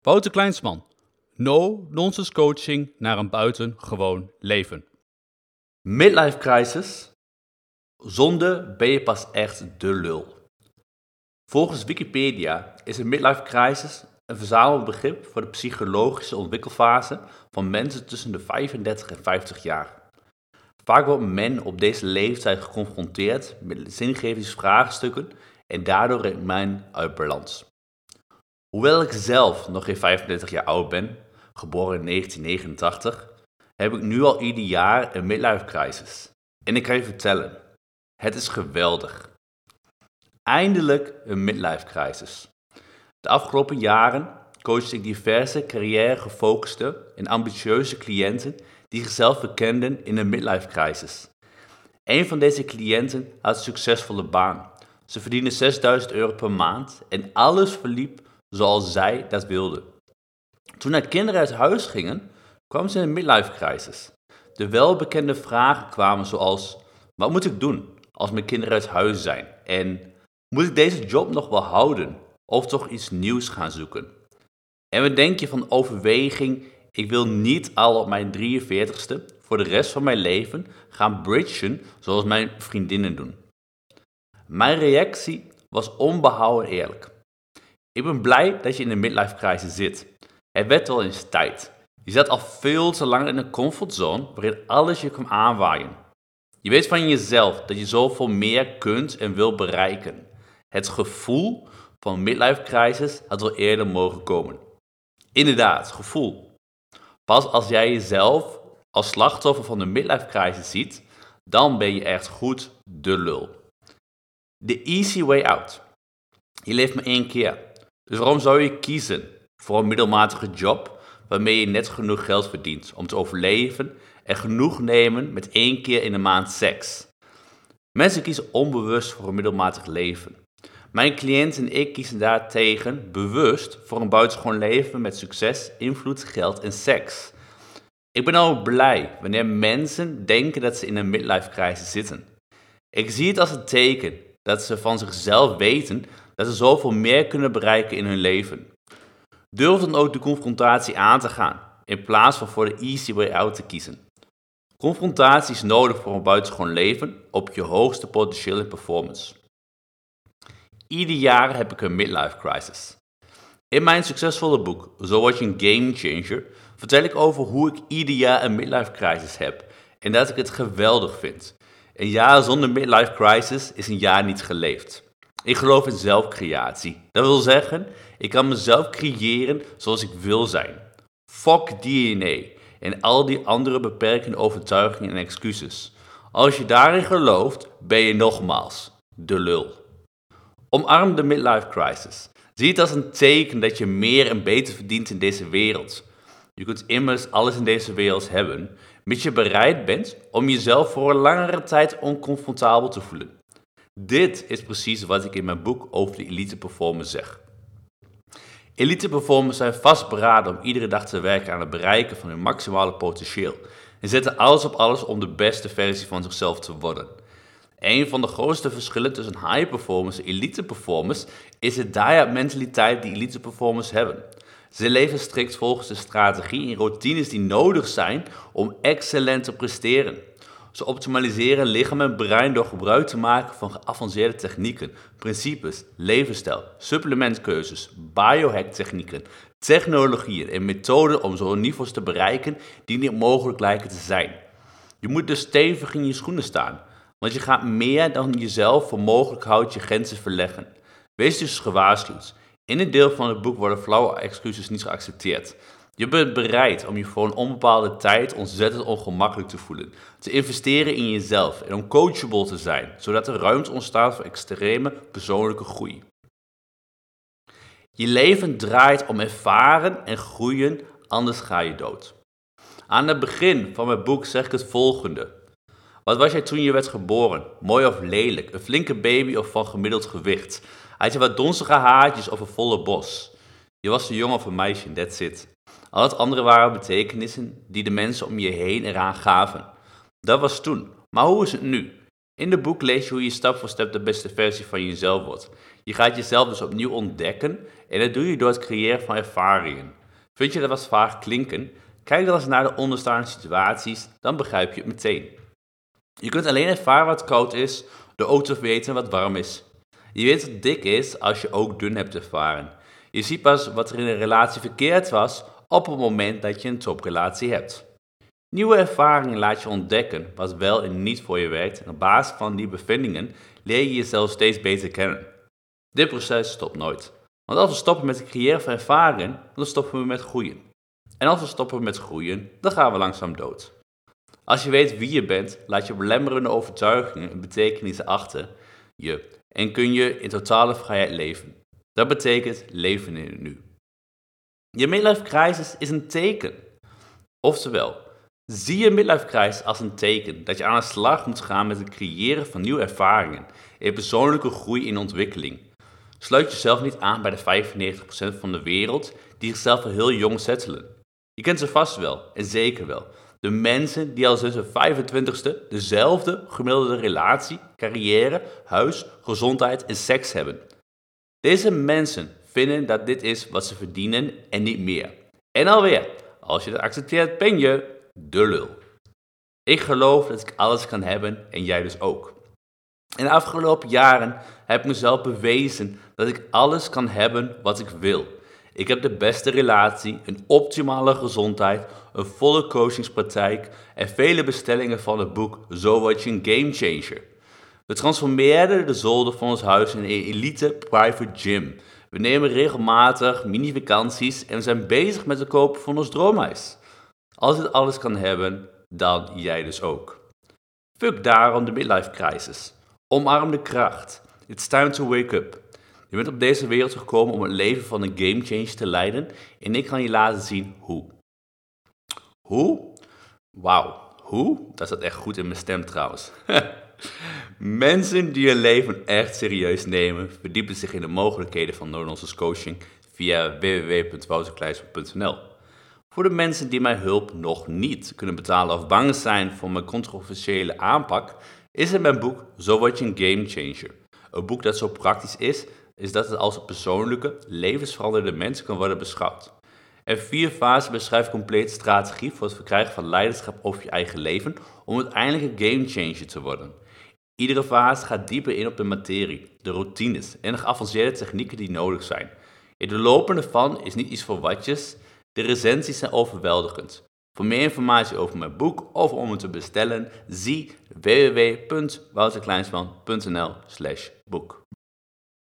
Wouter Kleinsman. No-nonsense coaching naar een buitengewoon leven. Midlife crisis? Zonder ben je pas echt de lul. Volgens Wikipedia is een midlife crisis een verzameld begrip voor de psychologische ontwikkelfase van mensen tussen de 35 en 50 jaar. Vaak wordt men op deze leeftijd geconfronteerd met zingevingsvraagstukken en daardoor raakt men uit balans. Hoewel ik zelf nog geen 35 jaar oud ben, geboren in 1989, heb ik nu al ieder jaar een midlife crisis. En ik kan je vertellen, het is geweldig. Eindelijk een midlife crisis. De afgelopen jaren coachte ik diverse carrièregefocuste en ambitieuze cliënten die zichzelf bekenden in een midlife crisis. Een van deze cliënten had een succesvolle baan. Ze verdiende €6.000 per maand en alles verliep zoals zij dat wilde. Toen haar kinderen uit huis gingen, kwam ze in een midlife crisis. De welbekende vragen kwamen zoals: wat moet ik doen als mijn kinderen uit huis zijn? En moet ik deze job nog wel houden of toch iets nieuws gaan zoeken? En wat denk je van de overweging: ik wil niet al op mijn 43ste voor de rest van mijn leven gaan bridgen zoals mijn vriendinnen doen? Mijn reactie was onbehouden eerlijk. Ik ben blij dat je in de midlife crisis zit. Het werd wel eens tijd. Je zat al veel te lang in een comfortzone waarin alles je kwam aanwaaien. Je weet van jezelf dat je zoveel meer kunt en wil bereiken. Het gevoel van midlife crisis had wel eerder mogen komen. Inderdaad, gevoel. Pas als jij jezelf als slachtoffer van de midlife crisis ziet, dan ben je echt goed de lul. The easy way out. Je leeft maar één keer. Dus waarom zou je kiezen voor een middelmatige job waarmee je net genoeg geld verdient om te overleven en genoeg nemen met 1 keer in de maand seks? Mensen kiezen onbewust voor een middelmatig leven. Mijn cliënt en ik kiezen daartegen bewust voor een buitengewoon leven met succes, invloed, geld en seks. Ik ben ook blij wanneer mensen denken dat ze in een midlife crisis zitten. Ik zie het als een teken dat ze van zichzelf weten dat ze zoveel meer kunnen bereiken in hun leven. Durf dan ook de confrontatie aan te gaan, in plaats van voor de easy way out te kiezen. Confrontatie is nodig voor een buitengewoon leven op je hoogste potentieel en performance. Ieder jaar heb ik een midlife crisis. In mijn succesvolle boek, Zo word je een game changer, vertel ik over hoe ik ieder jaar een midlife crisis heb en dat ik het geweldig vind. Een jaar zonder midlife crisis is een jaar niet geleefd. Ik geloof in zelfcreatie. Dat wil zeggen, ik kan mezelf creëren zoals ik wil zijn. Fuck DNA en al die andere beperkende overtuigingen en excuses. Als je daarin gelooft, ben je nogmaals de lul. Omarm de midlife crisis. Zie het als een teken dat je meer en beter verdient in deze wereld. Je kunt immers alles in deze wereld hebben, mits je bereid bent om jezelf voor een langere tijd oncomfortabel te voelen. Dit is precies wat ik in mijn boek over de elite performers zeg. Elite performers zijn vastberaden om iedere dag te werken aan het bereiken van hun maximale potentieel en zetten alles op alles om de beste versie van zichzelf te worden. Een van de grootste verschillen tussen high performers en elite performers is de die-hard mentaliteit die elite performers hebben. Ze leven strikt volgens de strategie en routines die nodig zijn om excellent te presteren. Ze optimaliseren lichaam en brein door gebruik te maken van geavanceerde technieken, principes, levensstijl, supplementkeuzes, biohacktechnieken, technologieën en methoden om zo'n niveaus te bereiken die niet mogelijk lijken te zijn. Je moet dus stevig in je schoenen staan, want je gaat meer dan jezelf voor mogelijk houdt je grenzen verleggen. Wees dus gewaarschuwd. In een deel van het boek worden flauwe excuses niet geaccepteerd. Je bent bereid om je voor een onbepaalde tijd ontzettend ongemakkelijk te voelen, te investeren in jezelf en om coachable te zijn, zodat er ruimte ontstaat voor extreme persoonlijke groei. Je leven draait om ervaren en groeien, anders ga je dood. Aan het begin van mijn boek zeg ik het volgende. Wat was jij toen je werd geboren? Mooi of lelijk? Een flinke baby of van gemiddeld gewicht? Had je wat donzige haartjes of een volle bos? Je was een jongen of een meisje, that's it. Al het andere waren betekenissen die de mensen om je heen eraan gaven. Dat was toen. Maar hoe is het nu? In het boek lees je hoe je stap voor stap de beste versie van jezelf wordt. Je gaat jezelf dus opnieuw ontdekken en dat doe je door het creëren van ervaringen. Vind je dat wat vaag klinken? Kijk dan eens naar de onderstaande situaties, dan begrijp je het meteen. Je kunt alleen ervaren wat koud is door ook te weten wat warm is. Je weet wat dik is als je ook dun hebt ervaren. Je ziet pas wat er in een relatie verkeerd was op het moment dat je een toprelatie hebt. Nieuwe ervaringen laat je ontdekken wat wel en niet voor je werkt en op basis van die bevindingen leer je jezelf steeds beter kennen. Dit proces stopt nooit. Want als we stoppen met het creëren van ervaringen, dan stoppen we met groeien. En als we stoppen met groeien, dan gaan we langzaam dood. Als je weet wie je bent, laat je belemmerende overtuigingen en betekenissen achter je en kun je in totale vrijheid leven. Dat betekent leven in het nu. Je midlife crisis is een teken. Oftewel, zie je midlife crisis als een teken dat je aan de slag moet gaan met het creëren van nieuwe ervaringen en persoonlijke groei in ontwikkeling. Sluit jezelf niet aan bij de 95% van de wereld die zichzelf al heel jong settelen. Je kent ze vast wel, en zeker wel. De mensen die al sinds hun 25ste dezelfde gemiddelde relatie, carrière, huis, gezondheid en seks hebben. Deze mensen vinden dat dit is wat ze verdienen en niet meer. En alweer, als je dat accepteert ben je de lul. Ik geloof dat ik alles kan hebben en jij dus ook. In de afgelopen jaren heb ik mezelf bewezen dat ik alles kan hebben wat ik wil. Ik heb de beste relatie, een optimale gezondheid, een volle coachingspraktijk en vele bestellingen van het boek Zo word je een gamechanger. We transformeerden de zolder van ons huis in een elite private gym. We nemen regelmatig mini-vakanties en we zijn bezig met het kopen van ons droomhuis. Als je alles kan hebben, dan jij dus ook. Fuck daarom de midlife crisis. Omarm de kracht. It's time to wake up. Je bent op deze wereld gekomen om het leven van een gamechanger te leiden en ik kan je laten zien hoe. Hoe? Wauw, hoe? Dat zat echt goed in mijn stem trouwens. Mensen die hun leven echt serieus nemen, verdiepen zich in de mogelijkheden van no-nonsense coaching via www.wouterkleijsman.nl. Voor de mensen die mijn hulp nog niet kunnen betalen of bang zijn voor mijn controversiële aanpak, is het mijn boek Zo word je een gamechanger. Een boek dat zo praktisch is dat het als een persoonlijke, levensveranderende mens kan worden beschouwd. En 4 fasen beschrijven complete strategie voor het verkrijgen van leiderschap over je eigen leven om uiteindelijk een gamechanger te worden. Iedere fase gaat dieper in op de materie, de routines en de geavanceerde technieken die nodig zijn. Het doorlopen ervan is niet iets voor watjes, de recensies zijn overweldigend. Voor meer informatie over mijn boek of om het te bestellen, zie www.wouterkleinsman.nl/boek.